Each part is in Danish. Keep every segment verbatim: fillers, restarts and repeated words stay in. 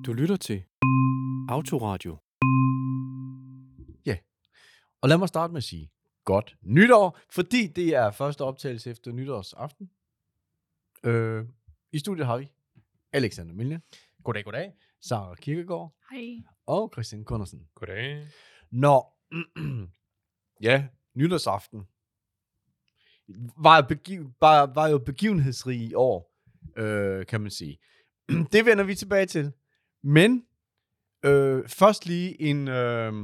Du lytter til Autoradio. Ja, og lad mig starte med at sige godt nytår, fordi det er første optagelse efter nytårsaften. Øh, I studiet har vi Alexander Milne, Goddag, goddag. Sara Kirkegaard Hej. og Christian Kundersen. Goddag. Nå, ja, nytårsaften var, begiv, var, var jo begivenhedsrig i år, øh, kan man sige. Det vender vi tilbage til. Men øh, først lige en øh,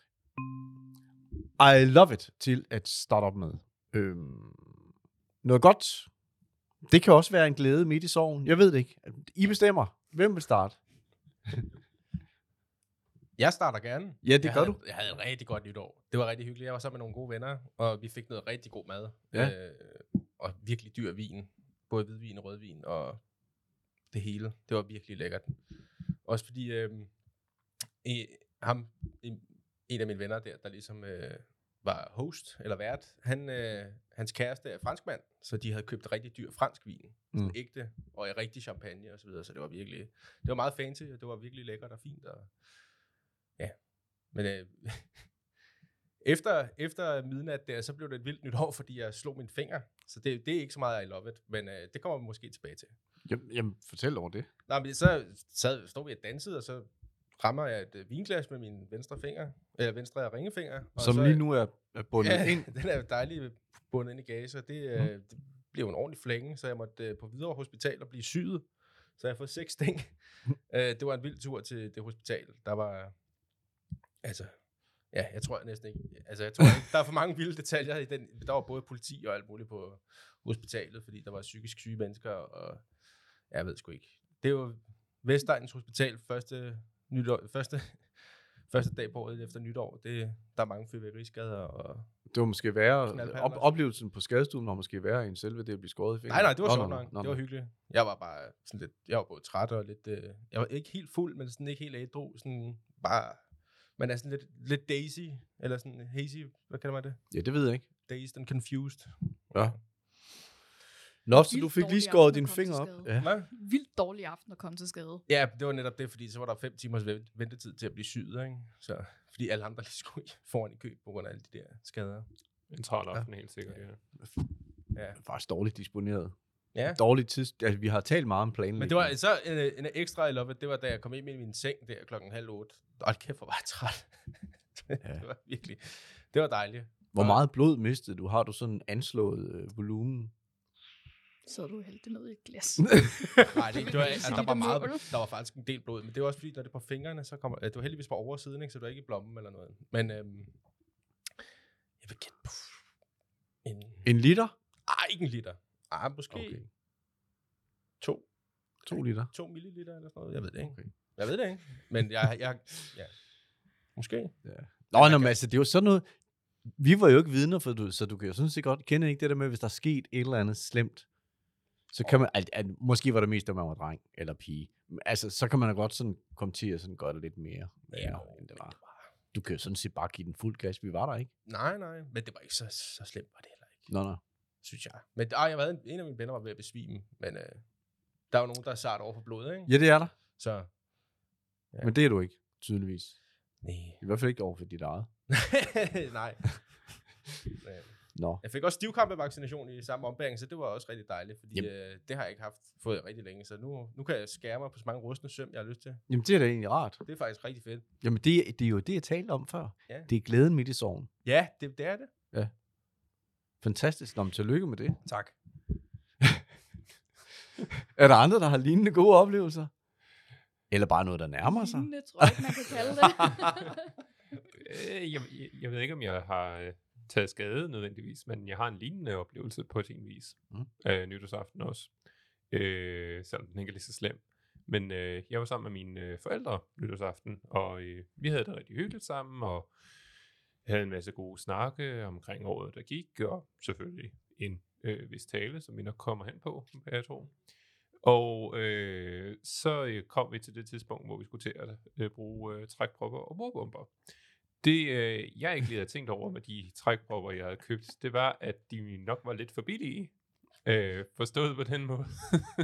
I love it til at starte op med. Øh, noget godt. Det kan også være en glæde midt i sorgen. Jeg ved det ikke. I bestemmer. Hvem vil starte? Jeg starter gerne. Ja, det jeg gør havde, du. Jeg havde et rigtig godt nytår. Det var rigtig hyggeligt. Jeg var sammen med nogle gode venner, og vi fik noget rigtig god mad. Ja. Øh, og virkelig dyr vin. Både hvidvin og rødvin, og det hele. Det var virkelig lækkert. Også fordi øh, i, ham, i, en af mine venner der, der ligesom øh, var host, eller vært, han, øh, hans kæreste er franskmand, så de havde købt rigtig dyr fransk vin. Sådan Mm. ægte, og rigtig champagne og så videre, så det var virkelig, det var meget fancy, og det var virkelig lækkert og fint, og ja, men øh, efter, efter midnat der, så blev det et vildt nyt år, fordi jeg slog min finger, så det, det er ikke så meget I love it, men øh, det kommer vi måske tilbage til. Jamen, jamen fortæl over det. Nå, men så sad, stod vi og dansede, og så rammer jeg et øh, vinglas med min venstre finger, eller venstre ringefinger. Og Som så, lige nu er, er bundet ja, ind. den er dejligt bundet ind i gaser. Det, øh, det blev en ordentlig flænge, så jeg måtte øh, på Hvidovre Hospital og blive syet. Så jeg har fået seks sting. øh, det var en vild tur til det hospital. Der var, altså, ja, jeg tror jeg næsten ikke, altså jeg tror ikke, der er for mange vilde detaljer i den. Der var både politi og alt muligt på hospitalet, fordi der var psykisk syge mennesker, og jeg ved sgu ikke. Det er jo Vestegnens Hospital første nytår, første, første dag på året efter nytår. Det, der er mange fyrværkeriskader. Og Det var måske værre. Knaldperler. Op, oplevelsen på skadestuen var måske værre end selve det at blive skåret i fingeren. nej, nej, det var Nå, sjovt nå, nok. nå, Det nå. var hyggeligt. Jeg var bare sådan lidt, jeg var både træt og lidt, øh, jeg var ikke helt fuld, men sådan ikke helt ædru, sådan bare, man er sådan lidt, lidt daisy, eller sådan hazy, hvad kalder man det? Ja, det ved jeg ikke. Dazed and confused. Ja. Nå, så Vildt du fik lige dårlig skåret aften din at komme finger til op. skade. Ja. Hvad? Vildt dårlig aften at komme til skade. Ja, det var netop det, fordi så var der fem timers ven- ventetid til at blive syet, ikke? Så, fordi alle andre lige skulle foran i kø på grund af alle de der skader. En travl aften, ja. Helt sikkert, ja. Ja. Faktisk dårligt disponeret. Ja. Dårligt tids... Altså, vi har talt meget om planlægning. Men det var så en, en ekstra I love it, det var da jeg kom ind i min seng der klokken halv otte. Og kæft, hvor var jeg træt. Ja. Det var virkelig, det var dejligt. Hvor meget blod mistede du? Har du sådan en anslået øh, volumen? Så du hældte det ned i et glas. Nej, det, det var, altså, der var Liter meget, mål. der var faktisk en del blod, men det var også fordi, når det er på fingrene, så kommer, det var heldigvis på oversiden, ikke, så det var ikke i blommen eller noget. Men øhm, jeg vil gætte på en, En liter? ej, ikke en liter. Ej, måske Okay. okay. to, To liter? to milliliter eller sådan noget. Jeg ved det ikke. Okay. Jeg ved det ikke. Men jeg, jeg, ja, måske. Ja. Nå, man nå, kan- men altså, det var sådan noget... Vi var jo ikke vidner, for du, så du kan jo sådan set godt kende ikke det der med, hvis der er sket et eller andet slemt. Så kan man... At, at, måske var det mest, at man var dreng eller pige. Altså, så kan man da godt sådan komme til at sådan gøre det lidt mere, Ja, værre, end det var. Du kan jo sådan set bare give den fuld gas. Vi var der ikke. Nej, nej, men det var ikke så, så slemt, var det heller ikke, Nå, nå. synes jeg. Men ej, jeg var, en, en af mine venner var ved at besvime, men øh, der er jo nogen, der er sart over for blodet, ikke? Ja, det er der. Så, Ja. Ja. Men det er du ikke, tydeligvis. nej. I hvert fald ikke over for dit eget. nej. Men Nå. jeg fik også stivkrampevaccination i samme ombæring, så det var også rigtig dejligt, fordi Jamen. øh, det har jeg ikke haft fået rigtig længe, så nu, nu kan jeg skære mig på så mange rustne søm, jeg har lyst til. Jamen, det er da egentlig rart. Det er faktisk rigtig fedt. Jamen, det, det er jo det, jeg talte om før. Ja. Det er glæden midt i sorgen. Ja, det, det er det. Fantastisk. Nå, men tillykke med det. Tak. Er der andre, der har lignende gode oplevelser? Eller bare noget, der nærmer sig? Det tror jeg ikke, man kan kalde det. Øh, jeg, jeg, jeg ved ikke, om jeg har øh, taget skade nødvendigvis, men jeg har en lignende oplevelse på sin vis. Mm. Øh, nytårsaften også. Øh, selvom den ikke er lige så slem. Men øh, jeg var sammen med mine øh, forældre nytårsaften, og øh, vi havde det rigtig hyggeligt sammen, og havde en masse gode snakke omkring året, der gik, og selvfølgelig en øh, vis tale, som vi nok kommer hen på, jeg tror. Og øh, så øh, kom vi til det tidspunkt, hvor vi skulle til at øh, bruge øh, trækpropper og bordbomber. Det, øh, jeg ikke lige havde tænkt over med de trækpropper, jeg havde købt, det var, at de nok var lidt for billige. Øh, forstået på den måde,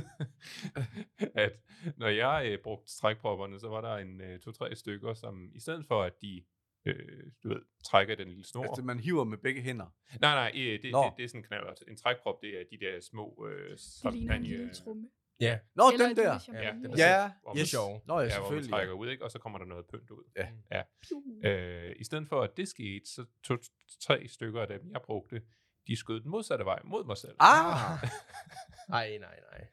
at når jeg øh, brugte trækpropperne, så var der en øh, to-tre stykker, som i stedet for, at de øh, du ved, trækker den lille snor. Altså, man hiver med begge hænder. Nej, nej, øh, det, Nå. det, det er sådan en knallert. En trækprop, det er de der små øh, Det ligner en champagne- lille tromme. Ja, Nå, Eller den et der. lille Ja, champagne. den er Ja, hvor det er man- sjovt. Nå ja, Ja, hvor man selvfølgelig. trækker ud, ikke? Og så kommer der noget pynt ud. Ja. ja. Piu. Øh, I stedet for, at det skete, så tog tre stykker af dem, jeg brugte, de skød den modsatte vej mod mig selv. Ah! Nej, nej, nej.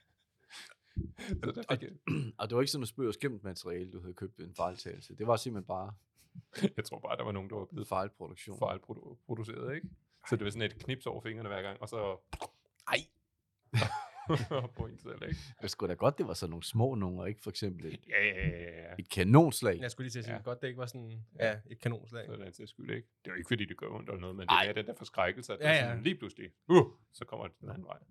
Så der fik jeg, Og det var ikke sådan noget spøg og skæmt materiale, du havde købt ved en fejltagelse. Det var simpelthen bare jeg tror bare, der var nogen, der var blevet fejlproduktion. fejlproduceret, ikke? Så det var sådan et knips over fingrene hver gang, og så... Ej. på en selv, ikke? Det skulle da godt, det var sådan nogle små nogle, og ikke for eksempel et, Ja, ja, ja, ja. et kanonslag. Jeg skulle lige til at sige, Ja. ja. godt det ikke var sådan ja, et kanonslag. Så er det til skyld, ikke? Det er jo ikke, fordi det gør ondt eller noget, men Ej. det er den der forskrækkelse, at Ja, ja, ja. ja. Sådan, lige pludselig, uh, så kommer det den anden vej.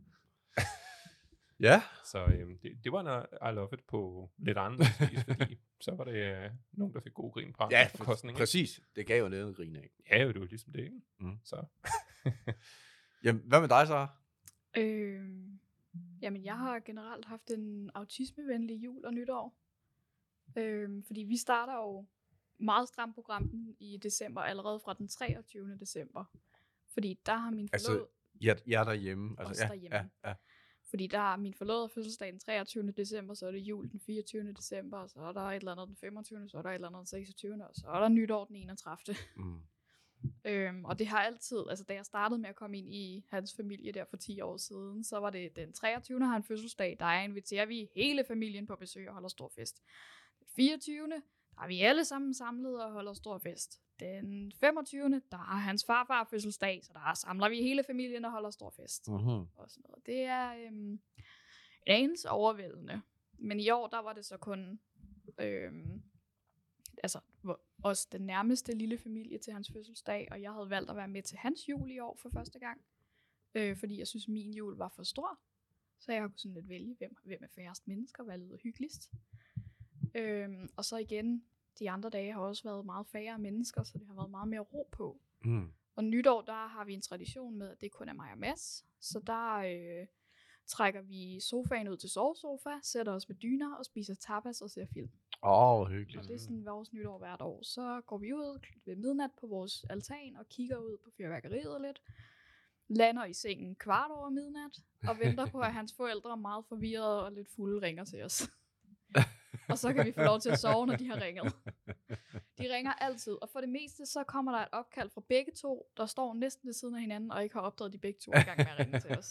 Ja. Så øhm, det, det var en I Love It på lidt andet vis, fordi så var det øh, nogen, der fik god grin på Ja, andres bekostning. ikke? præcis. Det gav jo noget at grine af. Ja, jo, det var ligesom det, ikke? Mm. Så. Jamen, hvad med dig så? Øh, jamen, jeg har generelt haft en autismevenlig jul og nytår. Øh, fordi vi starter jo meget stramt programmet i december, allerede fra den treogtyvende december. Fordi der har min Altså, forlovede... Jeg, jeg er derhjemme. Altså, Os ja, derhjemme. Ja, ja. Fordi der er min forlovede fødselsdag den treogtyvende december, så er det jul den fireogtyvende december, og så er der et eller andet den femogtyvende, så er der et eller andet den seksogtyvende, og så er der nytår den enogtredivte Mm. Øhm, og det har altid, altså da jeg startede med at komme ind i hans familie der for ti år siden, så var det den treogtyvende har han fødselsdag, der inviterer vi hele familien på besøg og holder stor fest. Den fireogtyvende der er vi alle sammen samlet og holder stor fest. Den femogtyvende der har hans farfar fødselsdag, så der samler vi hele familien og holder stor fest. Mm-hmm. Og sådan noget. Det er øhm, en anelse overvældende. Men i år, der var det så kun øhm, altså hvor, også den nærmeste lille familie til hans fødselsdag, og jeg havde valgt at være med til hans jul i år for første gang, øh, fordi jeg synes, min jul var for stor. Så jeg kunne sådan lidt vælge, hvem, hvem er færrest mennesker, hvad lyder hyggeligst. Øhm, og så igen, de andre dage har også været meget færre mennesker, så det har været meget mere ro på. Mm. Og nytår, der har vi en tradition med, at det kun er mig og Mads. Så der øh, trækker vi sofaen ud til sovesofa, sætter os med dyner og spiser tapas og ser film. Åh, oh, hyggeligt. Og det er sådan vores nytår hvert år. Så går vi ud ved midnat på vores altan og kigger ud på fyrværkeriet lidt. Lander i sengen kvart over midnat og venter på, at hans forældre meget forvirrede og lidt fulde ringer til os. Og så kan vi få lov til at sove, når de har ringet. De ringer altid, og for det meste, så kommer der et opkald fra begge to, der står næsten ved siden af hinanden, og ikke har opdaget, de begge to er i gang med at ringe til os.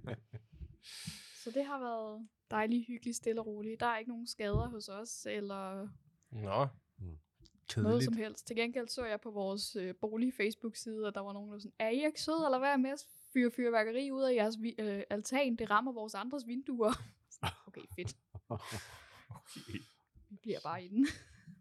Så det har været dejligt, hyggeligt, stille og roligt. Der er ikke nogen skader hos os, eller Nå. Mm. noget som helst. Til gengæld så jeg på vores øh, bolig Facebook-side, at der var nogen, der var sådan, er I ikke søde, eller hvad er med at fyre fyrværkeri ud af jeres vi- øh, altan? Det rammer vores andres vinduer. Okay, fedt. Okay. Vi bliver bare i den.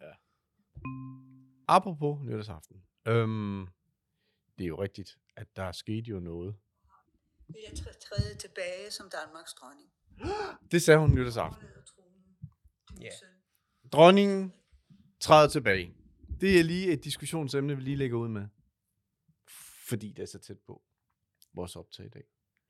Apropos nytårsaften. Øhm, det er jo rigtigt, at der skete jo noget. Vil jeg træ- træde tilbage som Danmarks dronning. Det sagde hun nytårsaften. Overlader tronen til min Ja. søn. Dronningen træder tilbage. Det er lige et diskussionsemne, vi lige lægger ud med. Fordi det er så tæt på vores optag i dag.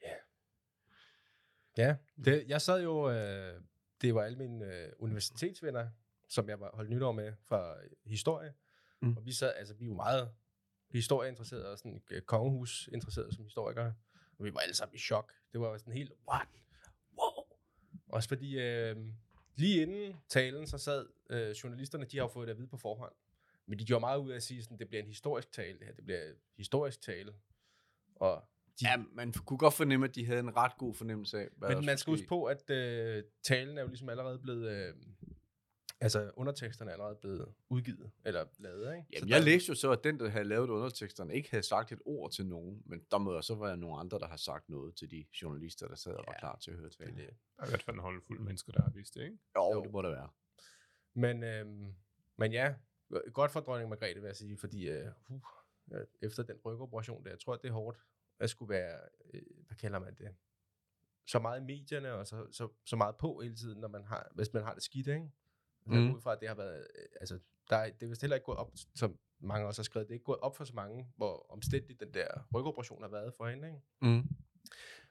Ja, det, jeg sad jo, øh, det var alle mine øh, universitetsvenner, som jeg var holdt nytår med fra øh, historie. Mm. Mm. Og vi sad, altså vi er jo meget historieinteresserede og sådan øh, kongehus interesserede som historikere. Og vi var alle sammen i chok. Det var sådan helt, what? Wow! Også fordi øh, lige inden talen, så sad øh, journalisterne, de har jo fået det at vide på forhånd. Men de gjorde meget ud af at sige, sådan, det bliver en historisk tale, det her. Det bliver en historisk tale. Og de, Ja, man kunne godt fornemme, at de havde en ret god fornemmelse af, hvad der men man skal skulle huske på, at øh, talen er jo ligesom allerede blevet, øh, altså underteksterne er allerede blevet udgivet, eller lavet, ikke? Jamen, Så jeg der- læste jo så, at den, der havde lavet underteksterne, ikke havde sagt et ord til nogen, men der må jo så være nogle andre, der har sagt noget til de journalister, der sad og var Ja, klar til at høre talen. det- Der er i hvert fald en håndfuld mennesker, der har vidst det, ikke? Jo, Jo. det må der være. Men, øh, men ja, godt for dronning Margrethe, vil jeg sige, fordi øh, uh, efter den rygoperation der, jeg tror, det er hårdt at skulle være, øh, hvad kalder man det, så meget i medierne, og så, så, så meget på hele tiden, når man har, hvis man har det skidt, ikke? Så Mhm. ud fra, at det har været, øh, altså, der er, det er vist heller ikke gået op, som mange også har skrevet, det er ikke gået op for så mange, hvor omstændigt den der rygoperation har været for hende, ikke? Mm.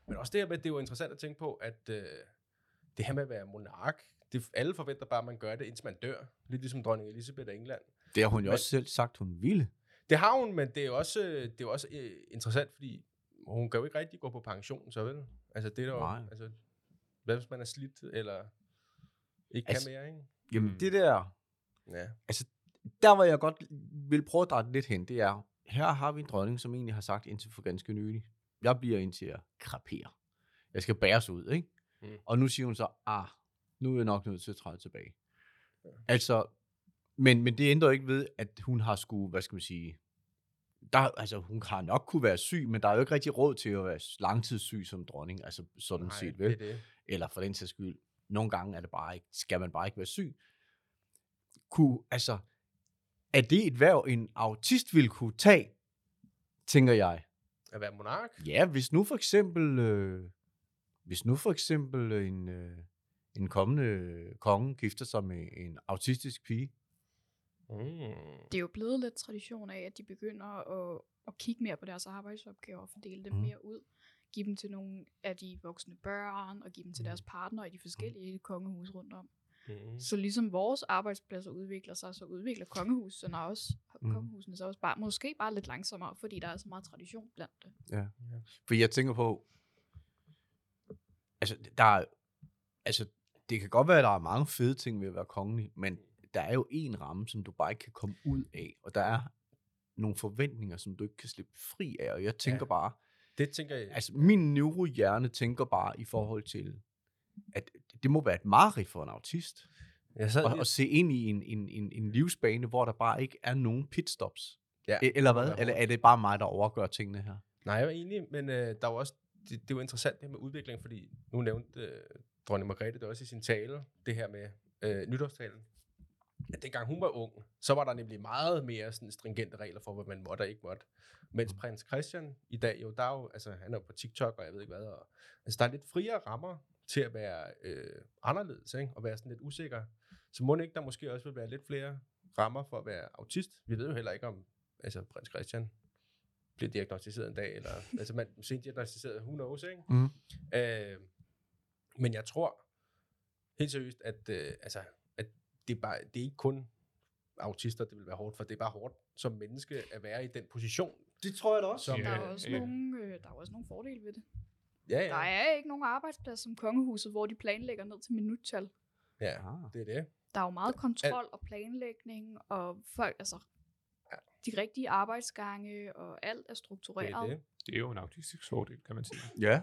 Men også det her med, det er jo interessant at tænke på, at øh, det her med at være monark, det, alle forventer bare, at man gør det, indtil man dør. Lidt ligesom dronning Elizabeth af England. Det har hun jo Men- også selv sagt, hun ville. Det har hun, men det er jo også, det er jo også øh, interessant, fordi hun kan jo ikke rigtig gå på pension, så vel? Altså det er der jo, Nej. altså, hvad hvis man er slidt, eller ikke Altså- kan mere, ikke? Jamen, Mm. det der, Ja. der hvor jeg godt vil prøve at dreje det lidt hen, det er, her har vi en dronning, som egentlig har sagt indtil for ganske nylig, jeg bliver indtil jeg kraperer. Jeg skal bæres ud, ikke? Mm. Og nu siger hun så, ah, nu er jeg nok nødt til at træde tilbage. Ja. Altså, men, men det ændrer ikke ved, at hun har skulle, hvad skal man sige, der, altså hun har nok kunne være syg, men der er jo ikke rigtig råd til at være langtidssyg som dronning, altså sådan Nej, set, vel? det er det. Eller for den sags skyld, nogle gange er det bare ikke, skal man bare ikke være syg. Kunne, altså, er det et værv, en autist ville kunne tage, tænker jeg? At være monark? Ja, hvis nu for eksempel, øh, hvis nu for eksempel en, øh, en kommende konge gifter sig med en autistisk pige. Mm. Det er jo blevet lidt tradition af, at de begynder at, at kigge mere på deres arbejdsopgaver og fordele dem Mm. mm. mere ud. Give dem til nogle af de voksne børn, og give dem til Mm. deres partner i de forskellige kongehus rundt om. Mm. Så ligesom vores arbejdspladser udvikler sig, så udvikler kongehusene også, Mm. kongehusene så også bare, måske bare lidt langsommere, fordi der er så meget tradition blandt det. Ja. For jeg tænker på, altså, der er, altså, det kan godt være, at der er mange fede ting ved at være kongelig, men der er jo en ramme, som du bare ikke kan komme ud af, og der er nogle forventninger, som du ikke kan slippe fri af, og jeg tænker Ja. ja. bare, Det tænker jeg. altså min neurohjerne tænker bare i forhold til, at det må være et mareridt for en autist, Jeg sad at, lige- at se ind i en, en, en, en livsbane, hvor der bare ikke er nogen pitstops. Ja, E- Eller det må hvad? være Eller hårdt. er det bare mig, der overgør tingene her? Nej, jeg er enig, men øh, der er jo også, det, det er jo interessant det her med udvikling, fordi nu nævnte øh, dronning Margrethe det også i sin tale, det her med øh, nytårstalen. At dengang hun var ung, så var der nemlig meget mere sådan stringente regler for, hvad man måtte og ikke måtte. Mens prins Christian i dag, jo, der er jo, altså han er jo på TikTok, og jeg ved ikke hvad, og, altså der er lidt friere rammer til at være øh, anderledes, ikke? Og være sådan lidt usikker. Så må det ikke, der måske også vil være lidt flere rammer for at være autist. Vi ved jo heller ikke om, altså prins Christian bliver diagnosticeret en dag, eller altså man sent diagnosticeret, who knows, ikke? Mm. Øh, men jeg tror helt seriøst, at, øh, altså, at det, er bare, det er ikke kun autister, det vil være hårdt for, det er bare hårdt som menneske at være i den position. Det tror jeg da også. Som, Der er Ja, også ja. nogle, øh, der er også nogle fordele ved det. Ja, Der ja, er ikke nogen arbejdsplads som kongehuset, hvor de planlægger ned til minuttal. ja, Ah. det er det. Der er jo meget kontrol og planlægning, og folk, altså, Ja. de rigtige arbejdsgange, og alt er Det struktureret. er det. Det er jo en autistisk fordel, kan man sige. Ja.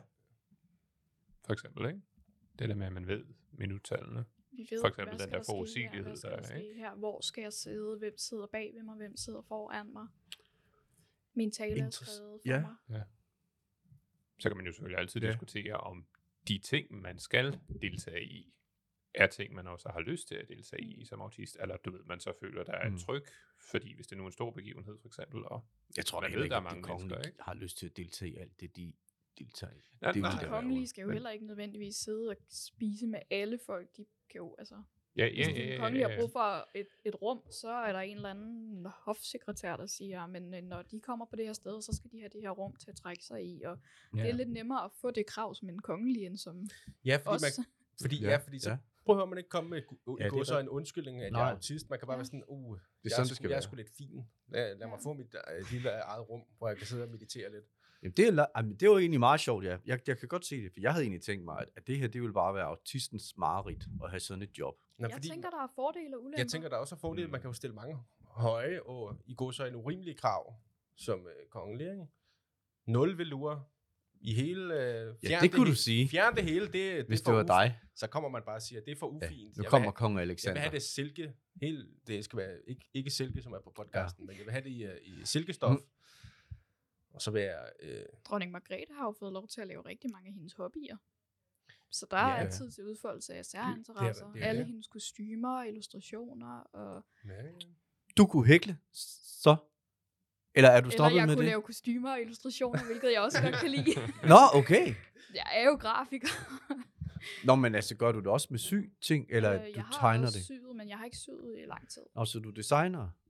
For eksempel, ikke? Det der med, at man ved minuttallene. Vi ved, For eksempel hvad den skal der ske her, forudsigelighed, hvad skal der der er, ske her, hvor skal jeg sidde, hvem sidder bag ved mig, hvem sidder foran mig. Min tale er Interess- skrevet for ja. mig. Så kan man jo selvfølgelig altid Ja. ja. diskutere, om de ting, man skal deltage i, er ting, man også har lyst til at deltage i som autist, eller du ved, man så føler, der er Mm. et tryk, fordi hvis det nu er en stor begivenhed, for eksempel, og Jeg tror, Man man ved, ved, der er at de mange kongelige mennesker, ikke? har lyst til at deltage i alt det, de deltager i. Nej, det nej. vil De da være kongelige ud. skal jo Men- heller ikke nødvendigvis sidde og spise med alle folk. De kan jo, altså, ja, ja, hvis ja, de ja, kongelige ja, har brug for et, et rum, så er der en eller anden hofsekretær, der siger, men øh, når de kommer på det her sted, så skal de have det her rum til at trække sig i. Og Ja. det er lidt nemmere at få det krav som en kongelig, end som Ja, fordi, os. man, fordi, Ja, ja, fordi så ja. prøv at høre, man ikke komme med Ja, ja, det er gå så rigtigt. en undskyldning, at Nej. jeg er autist. Man kan bare Ja. være sådan, uh, Det er jeg, sådan, er, det skal sgu- jeg er være. sgu lidt fin. Lad, lad mig Ja. få mit uh, lille eget rum, hvor jeg kan sidde og meditere lidt. Jamen, det, er, la- jamen, det var egentlig meget sjovt, ja. Jeg, jeg kan godt se det, for jeg havde egentlig tænkt mig, at, at det her, det ville bare være autistens mareridt at have sådan et job. Nå, Jeg tænker, der er fordele og ulemper. jeg tænker, der er også er fordele. Mm. Man kan jo stille mange høje og i går så en urimelig krav som øh, kongelig, ikke? Nul velour i hele... Øh, Ja, fjern det kunne he- du sige, Fjern det hele, det, det hvis er det for var uf- dig. Så kommer man bare og siger, det er for ufint. Ja, Jeg nu vil kommer have- kong Jeg Alexander. vil have det silke, helt, det skal være, ikke, ikke silke, som er på podcasten, ja. men jeg vil have det i, uh, i silkestof. Mm. Og så vil jeg, øh, Dronning Margrethe har jo fået lov til at lave rigtig mange af hendes hobbyer. Så der Ja, er ja. altid til udfoldelse af særinteresser. Det er- det er Alle det. hendes kostymer, illustrationer. Og ja, ja. Du kunne hækle, så? Eller er du eller stoppet jeg med kunne det? lave kostymer og illustrationer, hvilket jeg også godt kan lide. Nå, okay. Jeg er jo grafiker. Nå, men altså, gør du det også med syg ting, eller Øh, du jeg har tegner også det? syet, men jeg har ikke syet i lang tid. Og så du designer?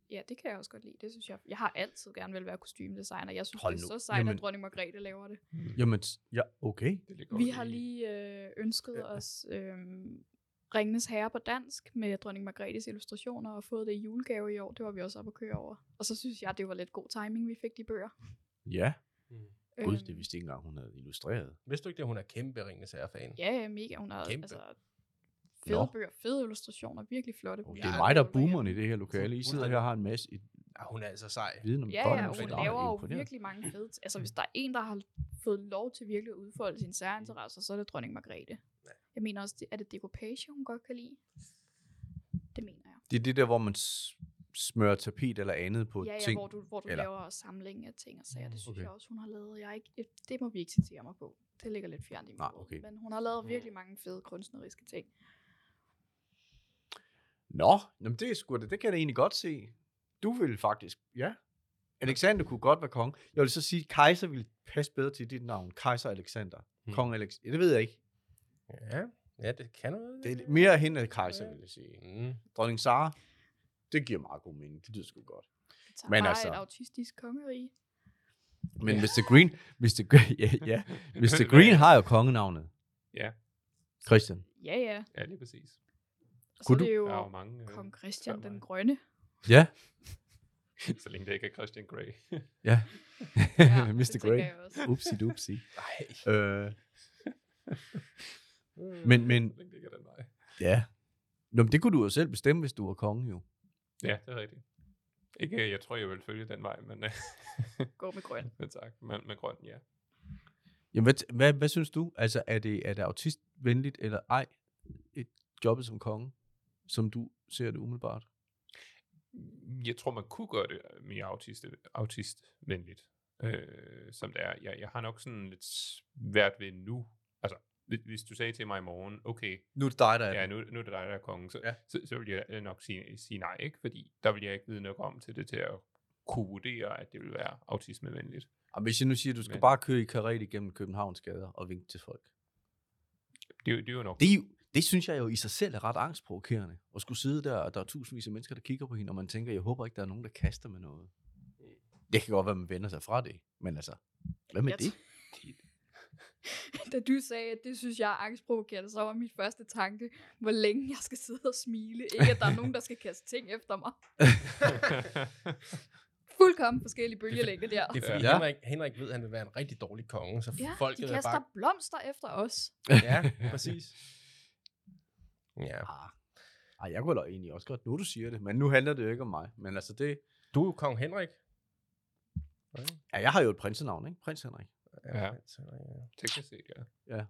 Ja, det kan jeg også godt lide. Det synes jeg. Jeg har altid gerne vil være kostymedesigner. Jeg synes, Hold det er nu. så sejt, Jamen- at dronning Margrethe laver det. Jamen, ja, okay. Det ligger Vi også har i- lige øh, ønsket os øh, Ringenes Herre på dansk med dronning Margrethes illustrationer og fået det i julegave i år. Det var vi også oppe at køre over. Og så synes jeg, det var lidt god timing, vi fik de bøger. Ja. Mm. Gud, Øhm, det vidste ikke engang, hun havde illustreret. Vidste du ikke, at hun er kæmpe Ringenes Herre-fan? Ja, ja, mega. Hun har Kæmpe. altså fede Nå. bøger, fede illustrationer, virkelig flotte. Oh, det Ja, er mig, der er bøger derhjemme. boomeren i det her lokale. I Hun sidder har- her og har en masse et Ja, hun er altså sej. viden om Ja, dronning ja, Margrethe. hun Jeg er laver jo imponeret. virkelig mange fede... Altså, hvis der er en, der har fået lov til virkelig at udfolde sine særinteresser, så er det dronning Margrethe. Jeg mener også, det- er det dekopage, hun godt kan lide? Det mener jeg. Det er det der, hvor man s- smører tapet eller andet på Ja, ja, ting. hvor du, hvor du eller- laver samling af ting og sager. Det synes Okay. jeg også, hun har lavet. Jeg er ikke, det må vi ikke citere mig på. Det ligger lidt fjernt i Nej, mig. okay. Men hun har lavet virkelig mange fede kunstneriske ting. Nå, jamen det er sgu da, det kan jeg da egentlig godt se. Du vil faktisk, ja. Alexander kunne godt være konge. Jeg vil så sige, at kejser ville passe bedre til dit navn. Kejser Alexander. Hmm. Kong Alex. Ja, det ved jeg ikke. Ja, ja, det kan noget. Det er mere hen af kejser, Ja. vil jeg sige. Mm. Dronning Sara, det giver meget god mening. Det lyder sgu godt. Så Men bare altså- et autistisk kongerige. Men mister Green, mister Green, ja, ja. mister Green har jo kongenavnet. Ja, Christian. Ja, ja. ja, lige præcis. Og så Kunne er det Der er jo jo mange, øh, kong Christian før den mig. Grønne. Ja, så længe det ikke er Christian Grey. ja. Ja, det mister tænker Grey. jeg også. Upsi dupsi. Nej. Øh, men, men, Så længe det ikke er den vej. ja. Nå, men det kunne du jo selv bestemme, hvis du var konge, jo. Ja, det er rigtigt. Ikke, øh, jeg tror, jeg vil følge den vej, men, øh, Gå med grøn. men tak. Men med grøn, ja. Jamen, hvad, hvad, hvad synes du? Altså, er det, er det autistvenligt eller ej, et jobbet som konge, som du ser det umiddelbart? Jeg tror, man kunne gøre det mere autist, autistvenligt, øh, som det er. Jeg, jeg har nok sådan lidt svært ved nu. Altså, hvis- hvis du sagde til mig i morgen, okay, Nu er det dig, der er ja, ja, nu, nu er det dig, der er kongen, så, Ja. ja. så, så vil jeg nok sige, sige nej, ikke? Fordi der vil jeg ikke vide nok om til det til at kunne vurdere, at det vil være autismevenligt. Og hvis jeg nu siger, at du skal Men- bare køre i karet igennem Københavns gader og vinke til folk. Det, er jo- det er jo nok... Det, er jo, det synes jeg jo i sig selv er ret angstprovokerende. At skulle sidde der, og der er tusindvis af mennesker, der kigger på hende, og man tænker, jeg håber ikke, der er nogen, der kaster med noget. Det kan godt være, man vender sig fra det. Men altså, hvad med Jeg det? Da du sagde, at det synes jeg er angstprovokerende, så var mit første tanke, hvor længe jeg skal sidde og smile. Ikke, at der er nogen, der skal kaste ting efter mig. Fuldkommen forskellige bølgelængder der. Det er fordi, Ja. ja. Henrik, Henrik ved, at han vil være en rigtig dårlig konge, så Ja, folket de vil kaster bare... blomster efter os. Ja, præcis. Ja. Ah, ej, jeg kunne da egentlig også godt, nu du siger det. Men nu handler det jo ikke om mig. Men altså det... Du er jo kong Henrik. Ja, jeg har jo et prinsenavn, ikke? Prins Henrik. Ja. Så, ja. Teknisk set, ja.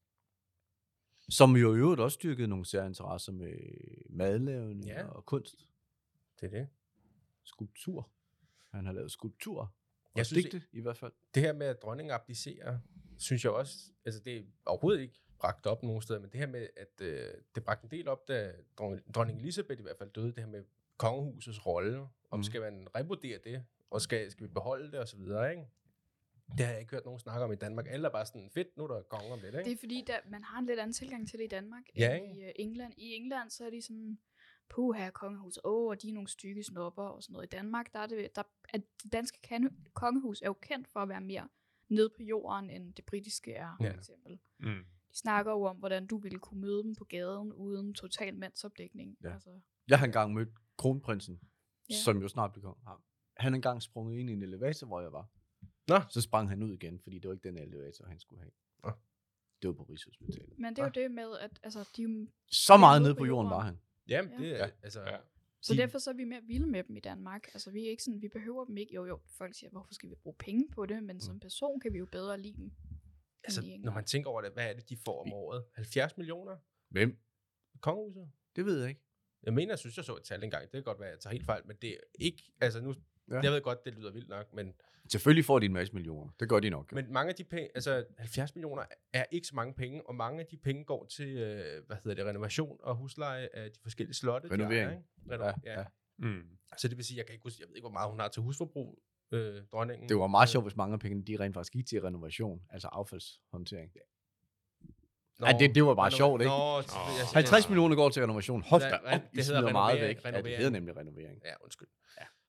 Som jo i øvrigt også dyrkede nogle særinteresser med madlavning Ja. og kunst. Det er det. Skulptur. Han har lavet skulpturer. Og Jeg synes digte, i hvert fald. Det her med, at dronningen abdicerer, synes jeg også, altså det er overhovedet ikke bragt op nogen steder, men det her med, at øh, det bragte en del op, da dronning, dronning Elisabeth i hvert fald døde, det her med kongehusets rolle, om Mhm. skal man revurdere det, og skal, skal vi beholde det, og så videre, ikke? Det har jeg ikke hørt nogen snakke om i Danmark. Alle er bare sådan, fedt, nu er der konge om lidt, ikke? Det er fordi, der, man har en lidt anden tilgang til det i Danmark, Ja, end ikke? i uh, England. I England, så er de sådan, puh, her er kongehus, åh, og de er nogle stykke snopper og sådan noget. I Danmark, der er det, der, at det danske kan, kongehus er jo kendt for at være mere nede på jorden, end det britiske er, Ja. for eksempel. Mm. De snakker jo om, hvordan du ville kunne møde dem på gaden, uden total mandsopdækning. Ja. Altså, Jeg har engang mødt kronprinsen, Ja. ja. som jo snart blev konge. Han har engang sprunget ind i en elevator, hvor jeg var. Nå. Så sprang han ud igen, fordi det var ikke den elevator, han skulle have. Nå. Det var på Rigshospitalet. men det er jo det med, at altså, de, er jo- Så meget nede nede på på jorden jorden. var han. Jamen, Ja. det er, Ja. altså... Ja. så De- derfor så er vi mere vilde med dem i Danmark. Altså, vi er ikke sådan, vi behøver dem ikke. Jo, jo, folk siger, hvorfor skal vi bruge penge på det? Men Mm. som person kan vi jo bedre lide dem. Altså, end i England. når man tænker over det, hvad er det, de får om året? halvfjerds millioner? Hvem? Kongehuset? Det ved jeg ikke. Jeg mener, jeg synes, jeg så et tal engang. Det kan godt være, at jeg tager helt fejl, men det er ikke... Altså nu... Ja. Ja. Jeg ved godt, det lyder vildt nok, men, Selvfølgelig får de en masse millioner. Det gør de nok. men mange af de penge... Altså, halvfjerds millioner er ikke så mange penge, og mange af de penge går til, øh, hvad hedder det, renovation og husleje af de forskellige slotte. de Renovering. ejer, ikke? Reno- Ja, ja, ja. ja. Mm. Så det vil sige, jeg kan ikke huske, jeg ved ikke, hvor meget hun har til husforbrug, øh, dronningen. Det var meget sjovt, hvis mange af pengene, de rent faktisk gik til renovation, altså affaldshåndtering. Nå, Ej, det- det var bare renova- sjovt, ikke? Nå, Nå. jeg- halvtreds millioner går til renovering. Hold da Ja, op, det I hedder smider meget renovering, væk. Ja, det renovering. hedder nemlig renovering. Ja, undskyld.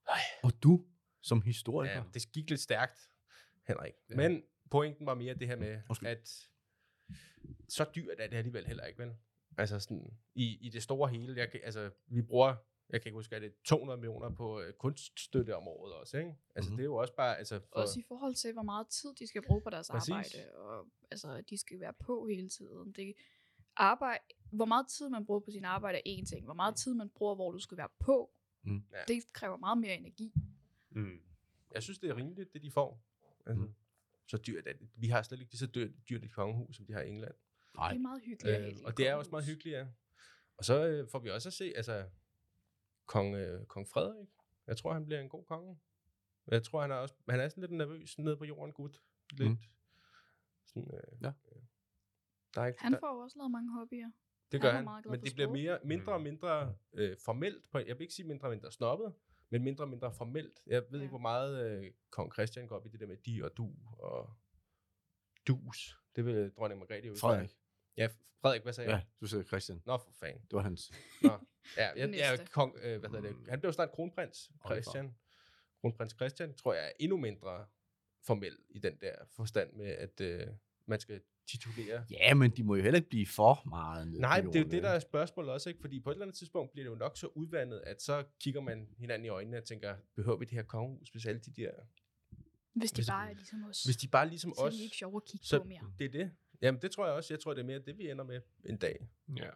Og du, som historiker. Ja, det gik lidt stærkt, Henrik. Ja. Ja. Men pointen var mere det her med, Undskyld. at så dyrt er det alligevel heller ikke, vel? Altså sådan, i, i det store hele, jeg kan, altså, vi bruger, jeg kan ikke huske, at det er to hundrede millioner på øh, kunststøtte om året også, ikke? Altså, Mhm. mm-hmm. det er jo også bare, altså, for, Også i forhold til, hvor meget tid de skal bruge på deres Præcis. arbejde. Og altså, at de skal være på hele tiden. Det arbejde, hvor meget tid man bruger på sin arbejde er én ting. Hvor meget tid man bruger, hvor du skal være på, Mm. Ja. det kræver meget mere energi. Mm. jeg synes, det er rimeligt, det de får. Altså, Mm. så dyrt er det. Vi har slet ikke lige så dyrt, dyrt et kongehus, som de har i England. Nej. Det er meget hyggeligt. at have Øh, et og det er også kongehus. meget hyggeligt, ja. Og så øh, får vi også at se, altså, kong, øh, kong Frederik. Jeg tror, han bliver en god konge. Jeg tror, han er også, han er sådan lidt nervøs nede på jorden, gut. Lidt. Mm. Sådan, øh, Ja. øh, der er ikke, Han der, får jo også lavet mange hobbyer. det han gør er han, meget glad men for det bliver sport. mere, mindre og mindre øh, formelt. På, jeg vil ikke sige mindre og mindre snobbet, men mindre og mindre formelt. Jeg ved Ja. ikke, hvor meget øh, kong Christian går op i det der med de og du og dus. Det vil dronning Margrethe jo. Frederik. Ja, Frederik, hvad sagde Ja, jeg? du siger Christian. Nå, for fanden. Det var hans. Nå, ja, ja, Den ja næste. kong, øh, hvad hedder det? Han blev snart kronprins, Oliver. Christian. Kronprins Christian, tror jeg, er endnu mindre formel i den der forstand med, at øh, man skal titulere. Ja, men de må jo heller ikke blive for meget nede Nej, på det er jo jorden, det, der vel? er spørgsmålet også, ikke? Fordi på et eller andet tidspunkt bliver det jo nok så udvandet, at så kigger man hinanden i øjnene og tænker, behøver vi det her kongehus, hvis alle de der... Hvis de Hvis- bare er ligesom os. Hvis de bare er ligesom så er os, de ikke sjove at kigge så på mere. det er det. Jamen, det tror jeg også. Jeg tror, det er mere det, vi ender med en dag. Ja.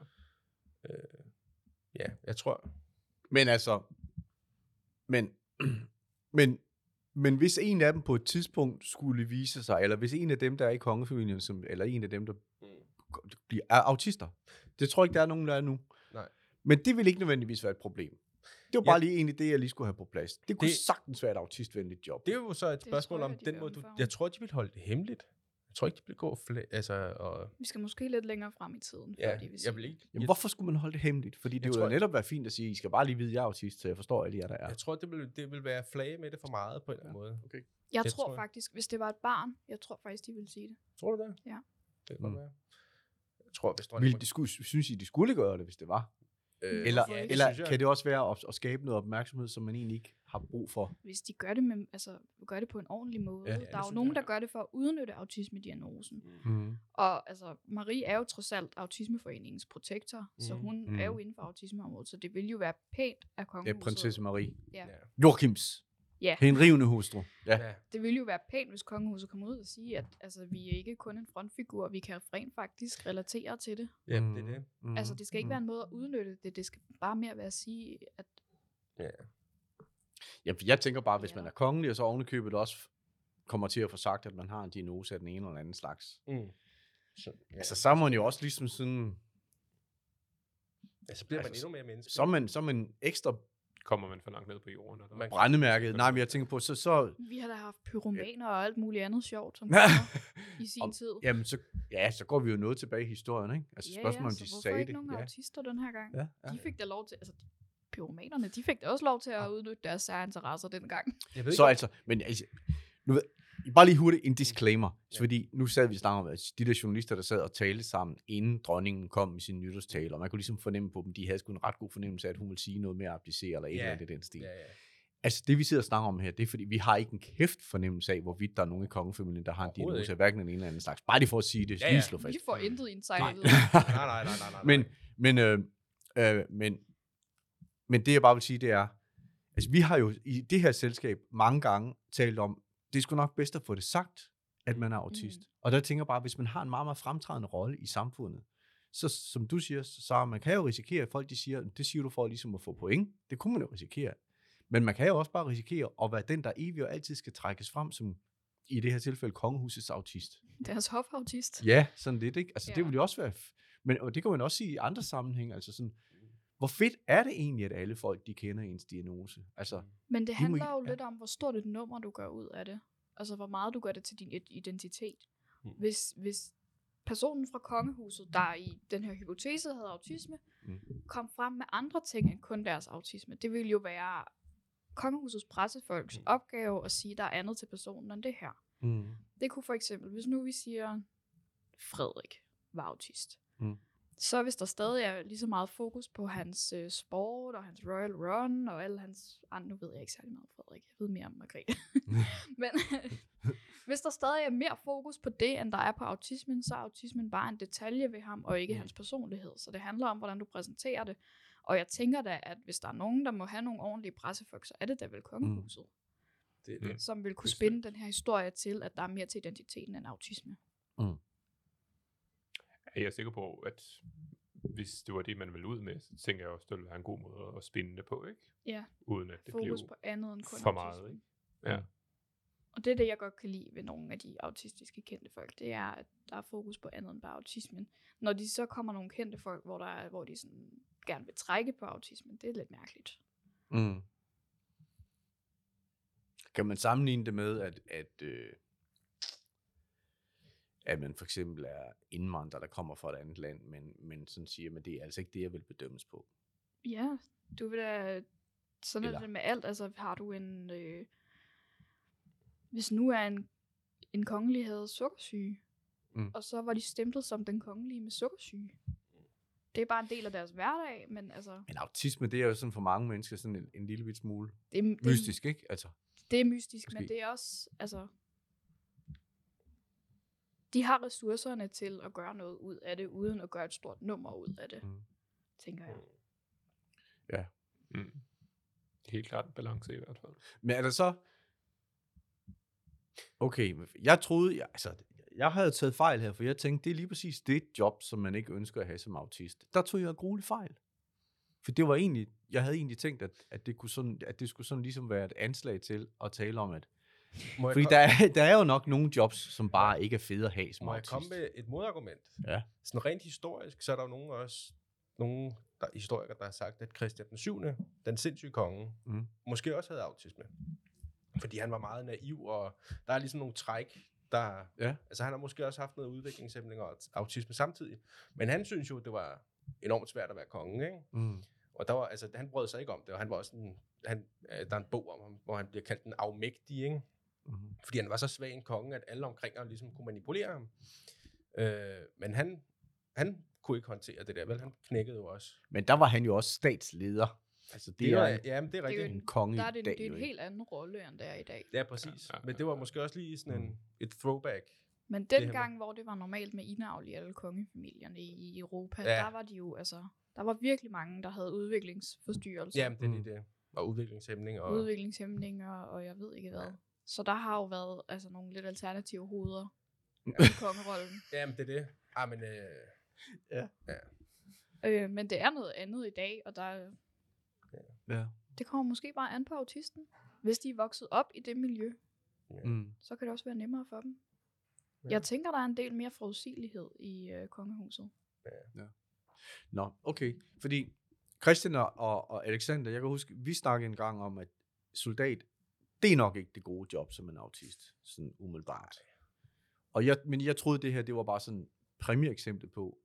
Ja, jeg tror... Men altså, men, men, men hvis en af dem på et tidspunkt skulle vise sig, eller hvis en af dem, der er i kongefamilien, som, eller en af dem, der Mm. bliver, er autister, det tror jeg ikke, der er nogen, der er nu. Nej. Men det vil ikke nødvendigvis være et problem. Det var Ja. bare lige egentlig det, jeg lige skulle have på plads. Det kunne Det- sagtens være et autistvenligt job. Det er jo så et Det spørgsmål tror om jeg, de den vil måde, du... omfavne. Jeg tror, de vil holde det hemmeligt. Jeg tror ikke, de vil gå fl- altså, og... Vi skal måske lidt længere frem i tiden, før Ja, de vil sige jeg vil ikke... Jamen, Jeg, hvorfor skulle man holde det hemmeligt? Fordi det Jeg ville tror- jo netop være fint at sige, I skal bare lige vide, at jeg er autist, så jeg forstår alle jer, der er. jeg tror, det vil, det vil være flage med det for meget på en eller anden måde. Jeg Det tror tror jeg. faktisk, hvis det var et barn, jeg tror faktisk, de ville sige det. Tror du det? Ja. Det kan godt Mm. være. Jeg tror, hvis Vil de skulle, synes I, de skulle gøre det, hvis det var? Øh, Eller, hvorfor ikke? eller synes jeg. kan det også være at, at skabe noget opmærksomhed, som man egentlig ikke har brug for? Hvis de gør det, med, altså, gør det på en ordentlig måde. Ja, Ja, ja, der det er jo synes nogen, jeg. der gør det for at udnytte autisme-diagnosen. Mm. Og altså, Marie er jo trods alt Autismeforeningens protektor, mm. så Mhm. hun Mhm. er jo inden for autismeområdet, så det ville jo være pænt af Ja, kongehuset. prinsesse Marie. Ja. Ja. Joachims. Ja. Henrivende hustru. Ja. Ja. Det ville jo være pænt, hvis kongehuset kom ud og sige, at altså, vi er ikke kun en frontfigur, vi kan rent faktisk relatere til det. Ja, det er det. Mm. Altså, det skal ikke være en måde at udnytte det, det skal bare mere være at sige, at Ja. Ja, for jeg tænker bare, hvis Ja. man er kongelig, og så ovenikøbet også kommer til at få sagt, at man har en diagnose af den ene eller den anden slags. Mm. Så, ja. Altså, så er man jo også ligesom sådan, ja, så bliver man altså, endnu mere menneske. så er man, så er man ekstra Kommer man for langt ned på jorden? Eller? Man- brændemærket. Nej, men jeg tænker på, så, så vi har da haft pyromaner og alt muligt andet sjovt, som Ja. kommer i sin Om- tid. jamen, så, ja, så går vi jo noget tilbage i historien, ikke? Altså, Ja, spørgsmålet, ja, om så de hvorfor sagde ikke det. nogen Ja. autister den her gang? Ja, ja. De fik da lov til, altså pyromanerne, de fik da også lov til at udnytte deres særinteresser dengang. Jeg ved Så ikke, altså, men altså, nu ved, bare lige hurtigt en disclaimer, Ja. fordi nu sad vi snart om, at de der journalister, der sad og talte sammen, inden dronningen kom med sin nytårstale, og man kunne ligesom fornemme på dem, de havde sgu en ret god fornemmelse af, at hun ville sige noget mere applicere, eller et Ja. eller andet i den stil. Ja, ja. Altså, det vi sidder og snakker om her, det er, fordi vi har ikke en kæft fornemmelse af, hvorvidt der er nogen i kongefamilien, der har en Overhovedet diagnose af ikke. hverken den ene eller anden slags. Bare lige for at sige det, Ja, lige ja. slå fast. Vi får intet insight Nej. at vide. Nej, nej, nej, nej, nej. Men, men, øh, øh, men, men det jeg bare vil sige, det er, altså vi har jo i det her selskab mange gange talt om, det er sgu nok bedst at få det sagt, at man er autist. Mm. Og der tænker jeg bare, hvis man har en meget, meget fremtrædende rolle i samfundet, så som du siger, så man kan jo risikere, at folk de siger, det siger du for ligesom at få point. Det kunne man jo risikere. Men man kan jo også bare risikere at være den, der evigt og altid skal trækkes frem som, i det her tilfælde, kongehusets autist. Deres hofautist. Ja, sådan lidt, ikke? Altså, ja. Ja. det vil jo også være... F- men og det kan man også sige i andre sammenhænge, altså sådan, hvor fedt er det egentlig, at alle folk, de kender ens diagnose? Altså, Men det De må handler ikke- jo ja. lidt om, hvor stort et nummer du gør ud af det. Altså, hvor meget du gør det til din i- identitet. Mm. Hvis, hvis personen fra kongehuset, der i den her hypotese havde autisme, Mm. kom frem med andre ting end kun deres autisme, det ville jo være kongehusets pressefolks Mm. opgave at sige, at der er andet til personen end det her. mm. Det kunne for eksempel, hvis nu vi siger, Frederik var autist. Mm. Så hvis der stadig er lige så meget fokus på hans øh, sport og hans Royal Run og alle hans... Ah, nu ved jeg ikke særlig meget om Frederik. Jeg ved mere om Margrethe. Men hvis der stadig er mere fokus på det, end der er på autismen, så er autismen bare en detalje ved ham, og ikke mm. hans personlighed. Så det handler om, hvordan du præsenterer det. Og jeg tænker da, at hvis der er nogen, der må have nogle ordentlige pressefolk, så er det da vel kongehuset. Mm. Det, det. Som vil kunne spinde den her historie til, at der er mere til identiteten end autisme. Mm. Jeg er sikker på, at hvis det var det, man ville ud med, så tænker jeg også, det ville være en god måde at spinde det på, ikke? Ja. Uden at det fokus bliver på andet end kun for autisme. meget, ikke? Ja. Og det er det, jeg godt kan lide ved nogle af de autistiske kendte folk, det er, at der er fokus på andet end bare autismen. Når de så kommer nogle kendte folk, hvor, der er, hvor de sådan gerne vil trække på autismen, det er lidt mærkeligt. Mm. Kan man sammenligne det med, at, at, øh, at man for eksempel er indvandrer, der kommer fra et andet land, men, men sådan siger, at det er altså ikke det, jeg vil bedømmes på? Ja, du vil da... Sådan Eller? er det med alt. Altså har du en... Øh, hvis nu er en, en kongelig havde sukkersyge, mm. og så var de stemplet som den kongelige med sukkersyge. Det er bare en del af deres hverdag, men altså... Men autisme, det er jo sådan for mange mennesker sådan en, en lille bit smule det, det, mystisk, ikke? Altså, det er mystisk, måske. Men det er også... Altså, de har ressourcerne til at gøre noget ud af det, uden at gøre et stort nummer ud af det, mm. tænker jeg. Ja. Mm. Det er helt klart en balance i hvert fald. Men er der så... Okay, jeg troede... Jeg, altså, jeg havde taget fejl her, for jeg tænkte, det er lige præcis det job, som man ikke ønsker at have som autist. Der tog jeg grueligt fejl. For det var egentlig... Jeg havde egentlig tænkt, at, at, det, kunne sådan, at det skulle sådan ligesom være et anslag til at tale om, at... Fordi der er, der er jo nok nogle jobs, som bare ikke er fede at have som Må autist. jeg komme med et modargument? Ja. Sådan rent historisk, så er der jo nogen også... Nogle der, historikere, der har sagt, at Christian den syvende, den sindssyge konge, mm. måske også havde autisme. Fordi han var meget naiv, og der er ligesom nogle træk, der... Ja. Altså han har måske også haft noget udviklingshæmning og autisme samtidig. Men han synes jo, det var enormt svært at være konge, ikke? Mm. Og der var, altså, han brød sig ikke om det, og han var også en... Han, der er en bog om ham, hvor han bliver kaldt en afmægtig, ikke? Mm. Fordi han var så svag en konge, at alle omkring ham ligesom kunne manipulere ham. Øh, men han... han kunne ikke håndtere det der, vel? Han knækkede jo også. Men der var han jo også statsleder. Altså det, det er, er ja, men det er rigtigt. Det er en konge der er det, i dag. Det er en helt anden rolle, end det er i dag. Ja, præcis. Ja, ja, ja. Men det var måske også lige sådan en, et throwback. Men dengang, hvor det var normalt med indavl i alle kongefamilierne i Europa, ja. der var de jo, altså, der var virkelig mange, der havde udviklingsforstyrrelser. Jamen, det er mm. det. Og udviklingshæmning. Og... Udviklingshæmninger, og jeg ved ikke hvad. Ja. Så der har jo været altså, nogle lidt alternative hoveder ja. i kongerollen. Jamen, det er det. Ah, men... Øh... Ja. ja. Øh, men det er noget andet i dag, og der ja. det kommer måske bare an på autisten. Hvis de er vokset op i det miljø, ja. mm. så kan det også være nemmere for dem. Ja. Jeg tænker, der er en del mere forudsigelighed i øh, kongehuset. Ja. Ja. Nå, okay. Fordi Christian og, og Alexander, jeg kan huske, vi snakkede en gang om, at soldat, det er nok ikke det gode job som en autist, sådan umiddelbart. Og jeg, men jeg troede, det her, det var bare sådan præmieeksempel på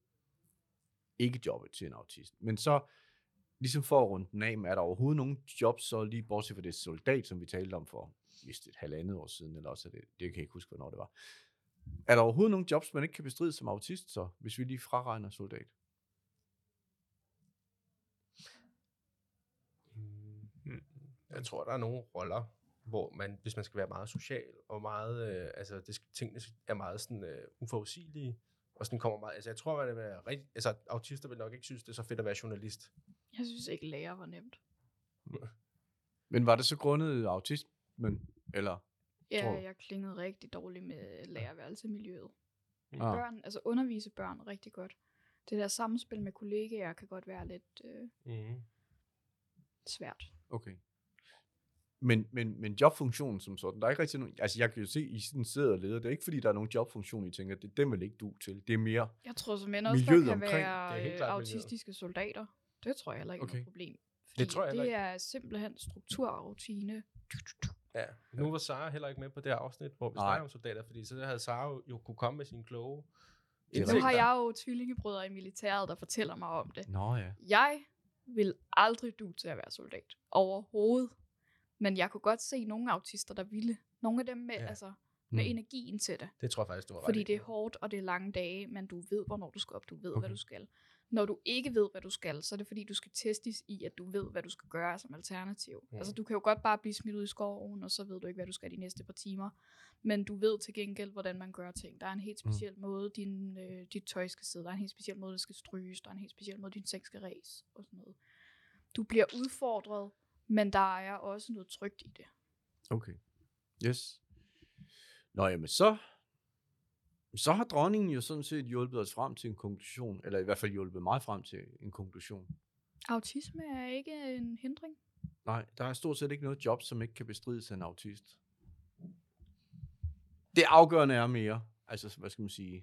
ikke jobbet til en autist. Men så, ligesom for at runde den af, er der overhovedet nogen jobs, så lige bortset fra det soldat, som vi talte om for vist et halvandet år siden, eller også det, det kan jeg ikke huske, hvornår det var. Er der overhovedet nogen jobs, man ikke kan bestride som autist, så, hvis vi lige fraregner soldat? Jeg tror, der er nogle roller, hvor man, hvis man skal være meget social, og meget, øh, altså det, tingene er meget sådan øh, uforudsigelige, og sådan kommer meget, altså jeg tror, at det vil rigtig, altså autister vil nok ikke synes, det er så fedt at være journalist. Jeg synes ikke, lærer var nemt. Men var det så grundet autismen, eller? Ja, jeg klingede rigtig dårligt med lærerværelsemiljøet. Ah. Børn, altså undervise børn rigtig godt. Det der samspil med kollegaer kan godt være lidt øh, mm. svært. Okay. Men, men, men jobfunktionen som sådan, der er ikke rigtig nogen, altså jeg kan jo se, I sådan sidder og leder, det er ikke fordi, der er nogen jobfunktion, I tænker, det, den vil ikke du til, det er mere jeg tror simpelthen også, der kan omkring. være øh, autistiske miljøet. Soldater. Det tror jeg heller ikke er okay. noget problem. Fordi det, tror jeg det ikke. Er simpelthen struktur og rutine. Ja, nu var Sara heller ikke med på det her afsnit, hvor vi snakker om soldater, fordi så havde Sara jo kunne komme med sine kloge indsigter. Nu har jeg jo tvillingebrødre i militæret, der fortæller mig om det. Nå ja. Jeg vil aldrig du til at være soldat. Overhovedet. Men jeg kunne godt se nogle autister, der ville. Nogle af dem med, ja. altså, med mm. energien til det. Det tror jeg faktisk, du var Fordi det er hårdt, og det er lange dage, men du ved, hvornår du skal op. Du ved, okay. hvad du skal. Når du ikke ved, hvad du skal, så er det fordi, du skal testes i, at du ved, hvad du skal gøre som alternativ. Mm. Altså, du kan jo godt bare blive smidt ud i skoven, og så ved du ikke, hvad du skal de næste par timer. Men du ved til gengæld, hvordan man gør ting. Der er en helt speciel mm. måde, din, øh, dit tøj skal sidde. Der er en helt speciel måde, det skal stryges. Der er en helt speciel måde, din seng skal ræs og sådan noget. Du bliver udfordret, men der er også noget trygt i det. Okay. Yes. Nå, jamen så... Så har dronningen jo sådan set hjulpet os frem til en konklusion, eller i hvert fald hjulpet mig frem til en konklusion. Autisme er ikke en hindring. Nej, der er stort set ikke noget job, som ikke kan bestrides af en autist. Det afgørende er mere, altså hvad skal man sige,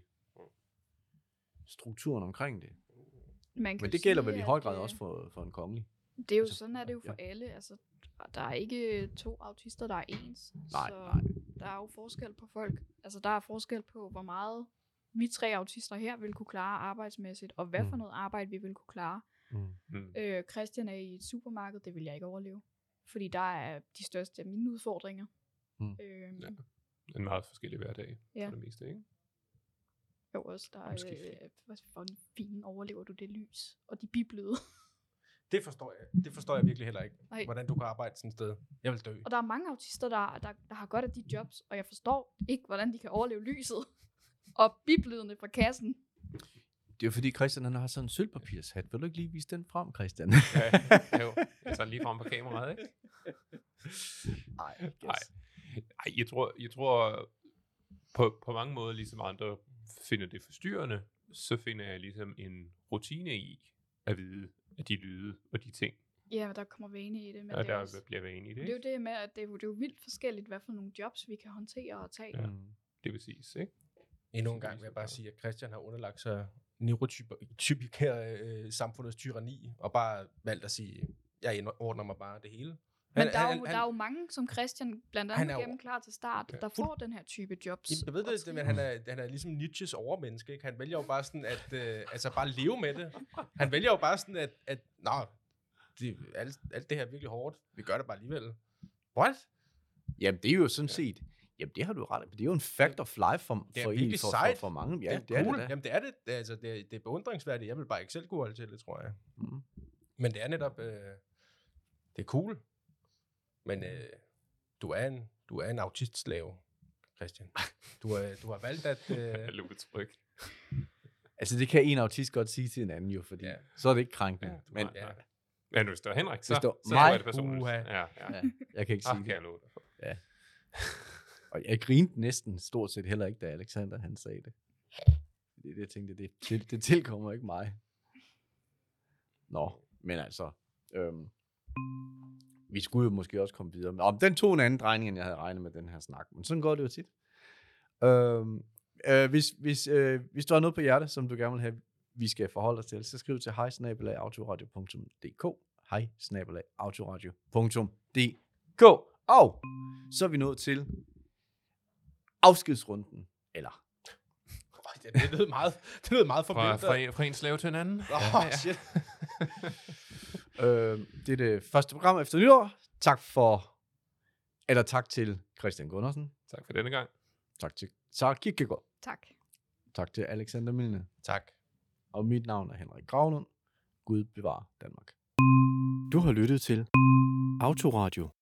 strukturen omkring det. Man kan Men jo det gælder sige, vel i at, høj grad øh, også for, for en kongelig. Det er jo altså, sådan er det jo for ja. alle. Altså, der er ikke to autister, der er ens. Nej, så nej. der er jo forskel på folk. Altså, der er forskel på, hvor meget vi tre autister her vil kunne klare arbejdsmæssigt, og hvad Mm. for noget arbejde vi vil kunne klare. Mm. Mm. Øh, Christian er i et supermarked, det vil jeg ikke overleve. Fordi der er de største af mine udfordringer. Mm. Øhm, Ja. En meget forskellig hverdag, Ja. for det meste, ikke? jo også, der Måske er, øh, hvad for fint overlever du det lys, og de biblede. Det forstår jeg. Det forstår jeg virkelig heller ikke. Nej. Hvordan du kan arbejde sådan et sted. Jeg vil dø. Og der er mange autister, der, der, der har godt af de jobs, og jeg forstår ikke, hvordan de kan overleve lyset og bibliderne fra kassen. Det er jo fordi Christian han har sådan en sølvpapirshat. Vil du ikke lige vise den frem, Christian? Ja, jo. Jeg tager lige frem på kameraet, ikke? Nej, Nej. Ej, jeg tror, jeg tror på, på mange måder, ligesom andre finder det forstyrrende, så finder jeg ligesom en rutine i at vide, at de lyde og de ting, Ja, der kommer vane i det, men og det, er der også, bliver vane i det, det er jo ikke? det med, at det er, jo, det er jo vildt forskelligt, hvad for nogle jobs vi kan håndtere og tage. Ja. Mm. Det er præcis, ikke? Endnu en gang vil jeg bare sige, at Christian har underlagt sig neurotypikere øh, samfundets tyranni, og bare valgt at sige, jeg ordner mig bare det hele. Men Han- der, er han- jo, han- der er jo mange, som Christian blandt Han andet er jo- gennem Klar til Start, Ja. der får den her type jobs. Jeg ved og det, men han er, han er ligesom Nietzsches overmenneske, ikke? Han vælger jo bare sådan at, øh, altså bare leve med det. Han vælger jo bare sådan at, at nå, det, alt, alt det her er virkelig hårdt. Vi gør det bare alligevel. What? Jamen, det er jo sådan set... Jamen, det har du ret i. Det er jo en fact of life for, Det er for, en, virkelig for, for, sejt. for mange. Ja, Ja, det er cool. det da. Jamen det er det. Det er, altså, det er, det er beundringsværdigt. Jeg vil bare ikke selv kunne holde til det, tror jeg. Mm. Men det er netop, øh, det er cool. Men øh, du er en, du er en autistslave, Christian. Du, er, du har valgt at... Øh, Jeg løber tryg. Altså, det kan en autist godt sige til en anden jo, fordi Ja. så er det ikke krænkende. Ja, Men ja. Ja, nu står Henrik, så, Hvis står så mig, er det personligt. uha. Ja, ja. ja, jeg kan ikke Ah, sige kan jeg det. love dig for. Og jeg grinte næsten stort set heller ikke, da Alexander han sagde det. Det er det, jeg tænkte, det, til, det tilkommer ikke mig. Nå, men altså... Øhm, vi skulle jo måske også komme videre. Om den tog en anden drejning, end jeg havde regnet med den her snak. Men sådan går det jo tit. Øhm, øh, hvis, hvis, øh, hvis du har noget på hjerte, som du gerne vil have, vi skal forholde os til, så skriv til hej snabel-a autoradio punktum d k. hej snabel-a autoradio punktum d k. Og så er vi nået til afskedsrunden. Eller... det, det lød meget, det lød meget Fra, forventet. fra, en, fra en slave til en anden. Åh, oh, shit. øh, det er det første program efter nytår. Tak for... Eller tak til Christian Gundersen. Tak for denne gang. Tak til Sara Kierkegaard. Tak. Tak til Alexander Milne. Tak. Og mit navn er Henrik Gravlund. Gud bevarer Danmark. Du har lyttet til Autoradio.